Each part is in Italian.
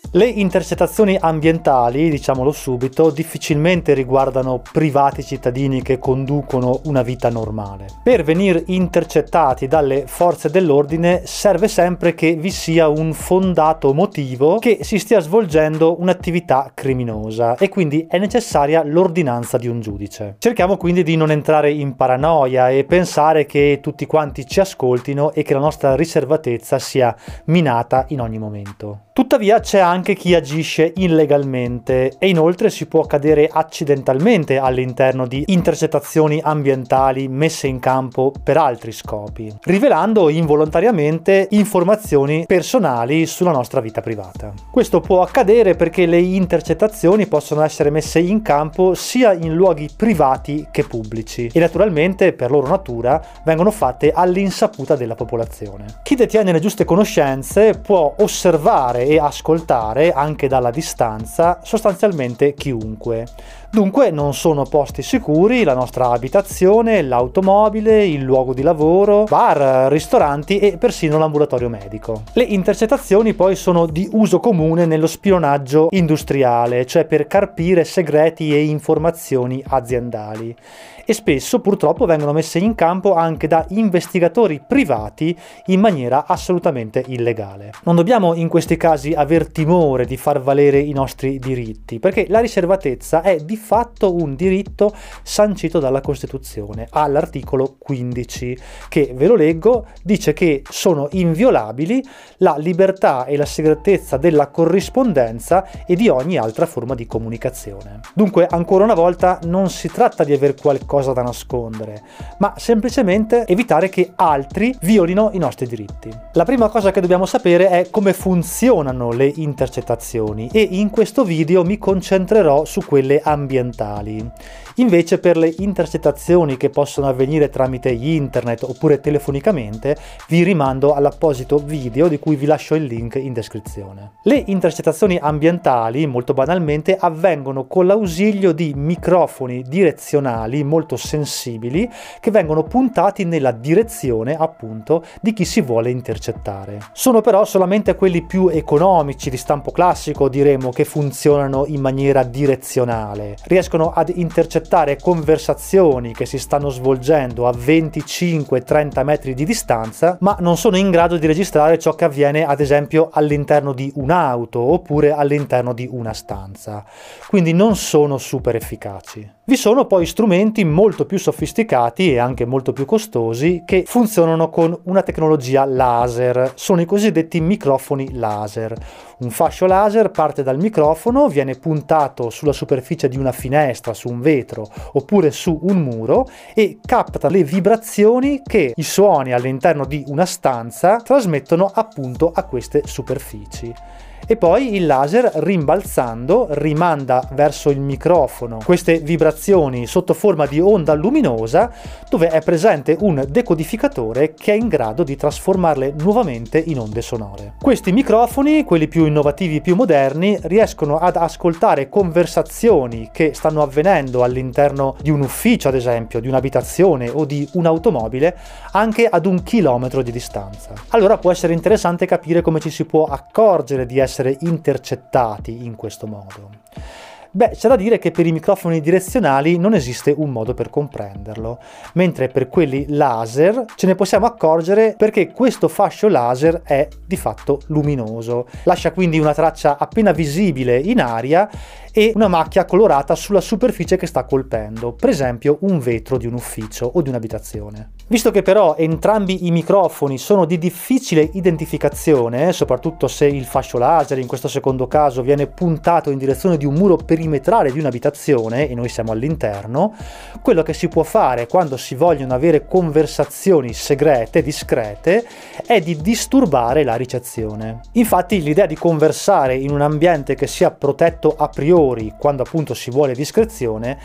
Le intercettazioni ambientali, diciamolo subito, difficilmente riguardano privati cittadini che conducono una vita normale. Per venire intercettati dalle forze dell'ordine serve sempre che vi sia un fondato motivo che si stia svolgendo un'attività criminosa e quindi è necessaria l'ordinanza di un giudice. Cerchiamo quindi di non entrare in paranoia e pensare che tutti quanti ci ascoltino e che la nostra riservatezza sia minata in ogni momento. Tuttavia c'è anche chi agisce illegalmente e inoltre si può cadere accidentalmente all'interno di intercettazioni ambientali messe in campo per altri scopi, rivelando involontariamente informazioni personali sulla nostra vita privata. Questo può accadere perché le intercettazioni possono essere messe in campo sia in luoghi privati che pubblici e naturalmente per loro natura vengono fatte all'insaputa della popolazione. Chi detiene le giuste conoscenze può osservare e ascoltare anche dalla distanza sostanzialmente chiunque. Dunque non sono posti sicuri la nostra abitazione, l'automobile, il luogo di lavoro, bar, ristoranti e persino l'ambulatorio medico. Le intercettazioni poi sono di uso comune nello spionaggio industriale, cioè per carpire segreti e informazioni aziendali. E spesso purtroppo vengono messe in campo anche da investigatori privati in maniera assolutamente illegale. Non dobbiamo in questi casi aver timore di far valere i nostri diritti, perché la riservatezza è di fatto un diritto sancito dalla Costituzione, all'articolo 15, che, ve lo leggo, dice che sono inviolabili la libertà e la segretezza della corrispondenza e di ogni altra forma di comunicazione. Dunque, ancora una volta, non si tratta di aver qualcosa da nascondere, ma semplicemente evitare che altri violino i nostri diritti. La prima cosa che dobbiamo sapere è come funzionano le intercettazioni e in questo video mi concentrerò su quelle ambientali. Invece per le intercettazioni che possono avvenire tramite internet oppure telefonicamente vi rimando all'apposito video di cui vi lascio il link in descrizione. Le intercettazioni ambientali molto banalmente avvengono con l'ausilio di microfoni direzionali molto sensibili che vengono puntati nella direzione appunto di chi si vuole intercettare. Sono però solamente quelli più economici di stampo classico, diremo, che funzionano in maniera direzionale. Riescono ad intercettare conversazioni che si stanno svolgendo a 25-30 metri di distanza, ma non sono in grado di registrare ciò che avviene ad esempio all'interno di un'auto oppure all'interno di una stanza. Quindi non sono super efficaci. Vi sono poi strumenti molto più sofisticati e anche molto più costosi che funzionano con una tecnologia laser. Sono i cosiddetti microfoni laser. Un fascio laser parte dal microfono, viene puntato sulla superficie di una finestra, su un vetro oppure su un muro e capta le vibrazioni che i suoni all'interno di una stanza trasmettono appunto a queste superfici. E poi il laser, rimbalzando, rimanda verso il microfono queste vibrazioni sotto forma di onda luminosa, dove è presente un decodificatore che è in grado di trasformarle nuovamente in onde sonore. Questi microfoni, quelli più innovativi, più moderni, riescono ad ascoltare conversazioni che stanno avvenendo all'interno di un ufficio, ad esempio, di un'abitazione o di un'automobile, anche ad 1 chilometro di distanza. Allora può essere interessante capire come ci si può accorgere di essere intercettati in questo modo. Beh, c'è da dire che per i microfoni direzionali non esiste un modo per comprenderlo, mentre per quelli laser ce ne possiamo accorgere perché questo fascio laser è di fatto luminoso. Lascia quindi una traccia appena visibile in aria e una macchia colorata sulla superficie che sta colpendo, per esempio un vetro di un ufficio o di un'abitazione. Visto che però entrambi i microfoni sono di difficile identificazione, soprattutto se il fascio laser in questo secondo caso viene puntato in direzione di un muro perimetrale di un'abitazione e noi siamo all'interno, quello che si può fare quando si vogliono avere conversazioni segrete, discrete, è di disturbare la ricezione. Infatti l'idea di conversare in un ambiente che sia protetto a priori, quando appunto si vuole discrezione,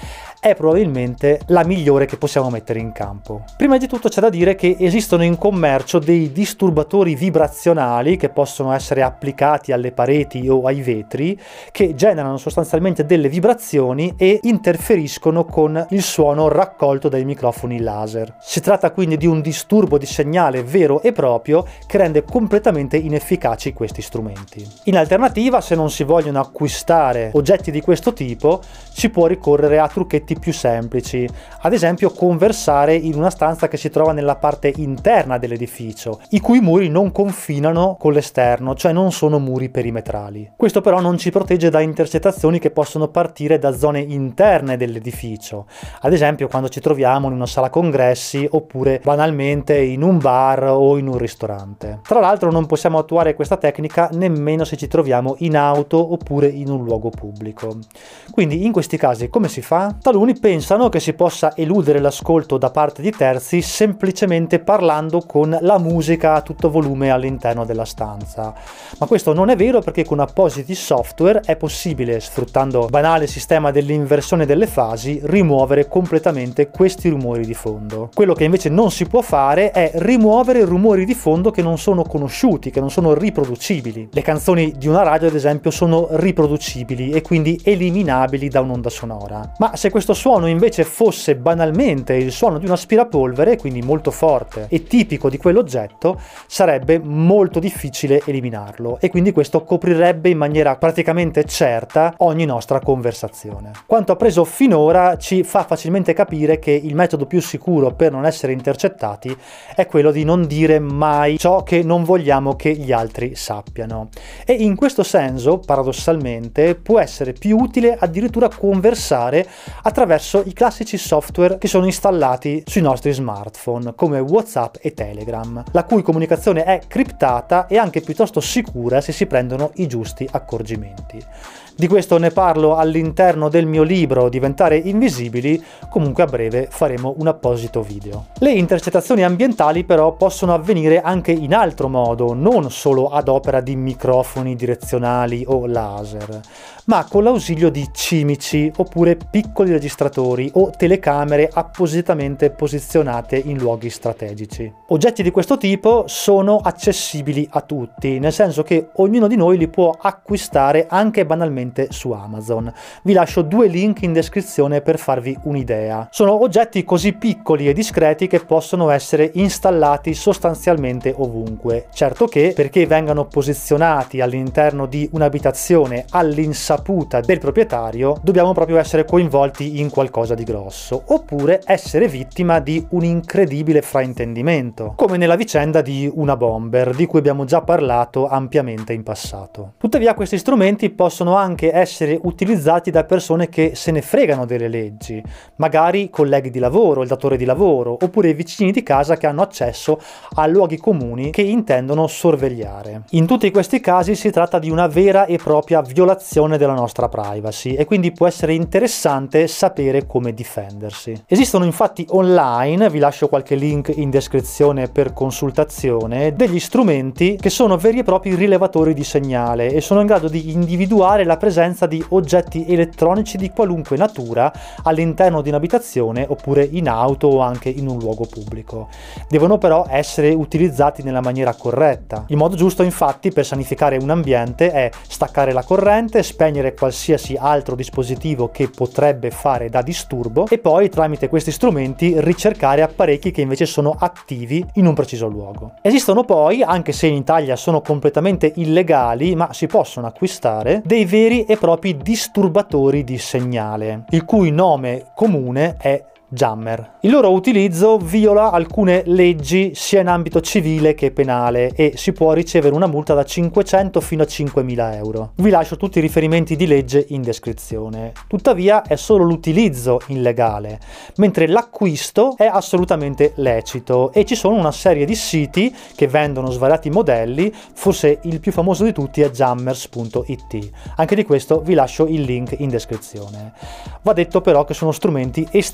è probabilmente la migliore che possiamo mettere in campo. Prima di tutto c'è da dire che esistono in commercio dei disturbatori vibrazionali che possono essere applicati alle pareti o ai vetri, che generano sostanzialmente delle vibrazioni e interferiscono con il suono raccolto dai microfoni laser. Si tratta quindi di un disturbo di segnale vero e proprio che rende completamente inefficaci questi strumenti. In alternativa, se non si vogliono acquistare oggetti di questo tipo, si può ricorrere a trucchetti più semplici, ad esempio conversare in una stanza che si trova nella parte interna dell'edificio, i cui muri non confinano con l'esterno, cioè non sono muri perimetrali. Questo però non ci protegge da intercettazioni che possono partire da zone interne dell'edificio, ad esempio quando ci troviamo in una sala congressi oppure banalmente in un bar o in un ristorante. Tra l'altro non possiamo attuare questa tecnica nemmeno se ci troviamo in auto oppure in un luogo pubblico. Quindi in questi casi come si fa? Taluni pensano che si possa eludere l'ascolto da parte di terzi semplicemente parlando con la musica a tutto volume all'interno della stanza, ma questo non è vero, perché con appositi software è possibile, sfruttando il banale sistema dell'inversione delle fasi, rimuovere completamente questi rumori di fondo. Quello che invece non si può fare è rimuovere rumori di fondo che non sono conosciuti, che non sono riproducibili. Le canzoni di una radio ad esempio sono riproducibili e quindi eliminabili da un'onda sonora, ma se questo suono invece fosse banalmente il suono di un aspirapolvere, quindi molto forte e tipico di quell'oggetto, sarebbe molto difficile eliminarlo e quindi questo coprirebbe in maniera praticamente certa ogni nostra conversazione. Quanto appreso finora ci fa facilmente capire che il metodo più sicuro per non essere intercettati è quello di non dire mai ciò che non vogliamo che gli altri sappiano, e in questo senso paradossalmente può essere più utile addirittura conversare attraverso i classici software che sono installati sui nostri smartphone come WhatsApp e Telegram, la cui comunicazione è criptata e anche piuttosto sicura se si prendono i giusti accorgimenti. Di questo ne parlo all'interno del mio libro Diventare invisibili, comunque a breve faremo un apposito video. Le intercettazioni ambientali però possono avvenire anche in altro modo, non solo ad opera di microfoni direzionali o laser, ma con l'ausilio di cimici oppure piccoli registratori o telecamere appositamente posizionate in luoghi strategici. Oggetti di questo tipo sono accessibili a tutti, nel senso che ognuno di noi li può acquistare anche banalmente su Amazon. Vi lascio 2 link in descrizione per farvi un'idea. Sono oggetti così piccoli e discreti che possono essere installati sostanzialmente ovunque. Certo che, perché vengano posizionati all'interno di un'abitazione all'insaputa del proprietario, dobbiamo proprio essere coinvolti in qualcosa di grosso, oppure essere vittima di un incredibile fraintendimento, come nella vicenda di una bomber, di cui abbiamo già parlato ampiamente in passato. Tuttavia questi strumenti possono anche essere utilizzati da persone che se ne fregano delle leggi, magari colleghi di lavoro, il datore di lavoro, oppure i vicini di casa che hanno accesso a luoghi comuni che intendono sorvegliare. In tutti questi casi si tratta di una vera e propria violazione della nostra privacy e quindi può essere interessante sapere come difendersi. Esistono infatti online, vi lascio qualche link in descrizione per consultazione, degli strumenti che sono veri e propri rilevatori di segnale e sono in grado di individuare la presenza di oggetti elettronici di qualunque natura all'interno di un'abitazione oppure in auto o anche in un luogo pubblico. Devono però essere utilizzati nella maniera corretta. Il modo giusto infatti per sanificare un ambiente è staccare la corrente, spegnere qualsiasi altro dispositivo che potrebbe fare da disturbo e poi tramite questi strumenti ricercare apparecchi che invece sono attivi in un preciso luogo. Esistono poi, anche se in Italia sono completamente illegali, ma si possono acquistare, dei veri e propri disturbatori di segnale, il cui nome comune è jammer. Il loro utilizzo viola alcune leggi sia in ambito civile che penale e si può ricevere una multa da 500 fino a 5.000 euro. Vi lascio tutti i riferimenti di legge in descrizione. Tuttavia è solo l'utilizzo illegale, mentre l'acquisto è assolutamente lecito e ci sono una serie di siti che vendono svariati modelli, forse il più famoso di tutti è jammers.it. Anche di questo vi lascio il link in descrizione. Va detto però che sono strumenti estremamente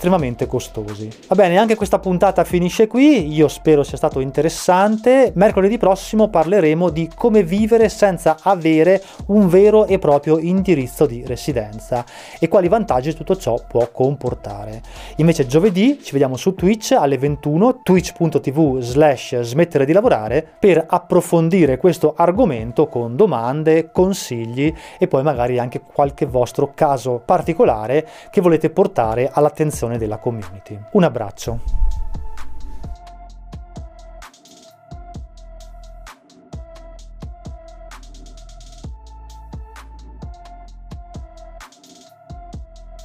costosi. Va bene, anche questa puntata finisce qui, io spero sia stato interessante. Mercoledì prossimo parleremo di come vivere senza avere un vero e proprio indirizzo di residenza e quali vantaggi tutto ciò può comportare. Invece giovedì ci vediamo su Twitch alle 21, twitch.tv/smettere di lavorare, per approfondire questo argomento con domande, consigli e poi magari anche qualche vostro caso particolare che volete portare all'attenzione della community. Un abbraccio.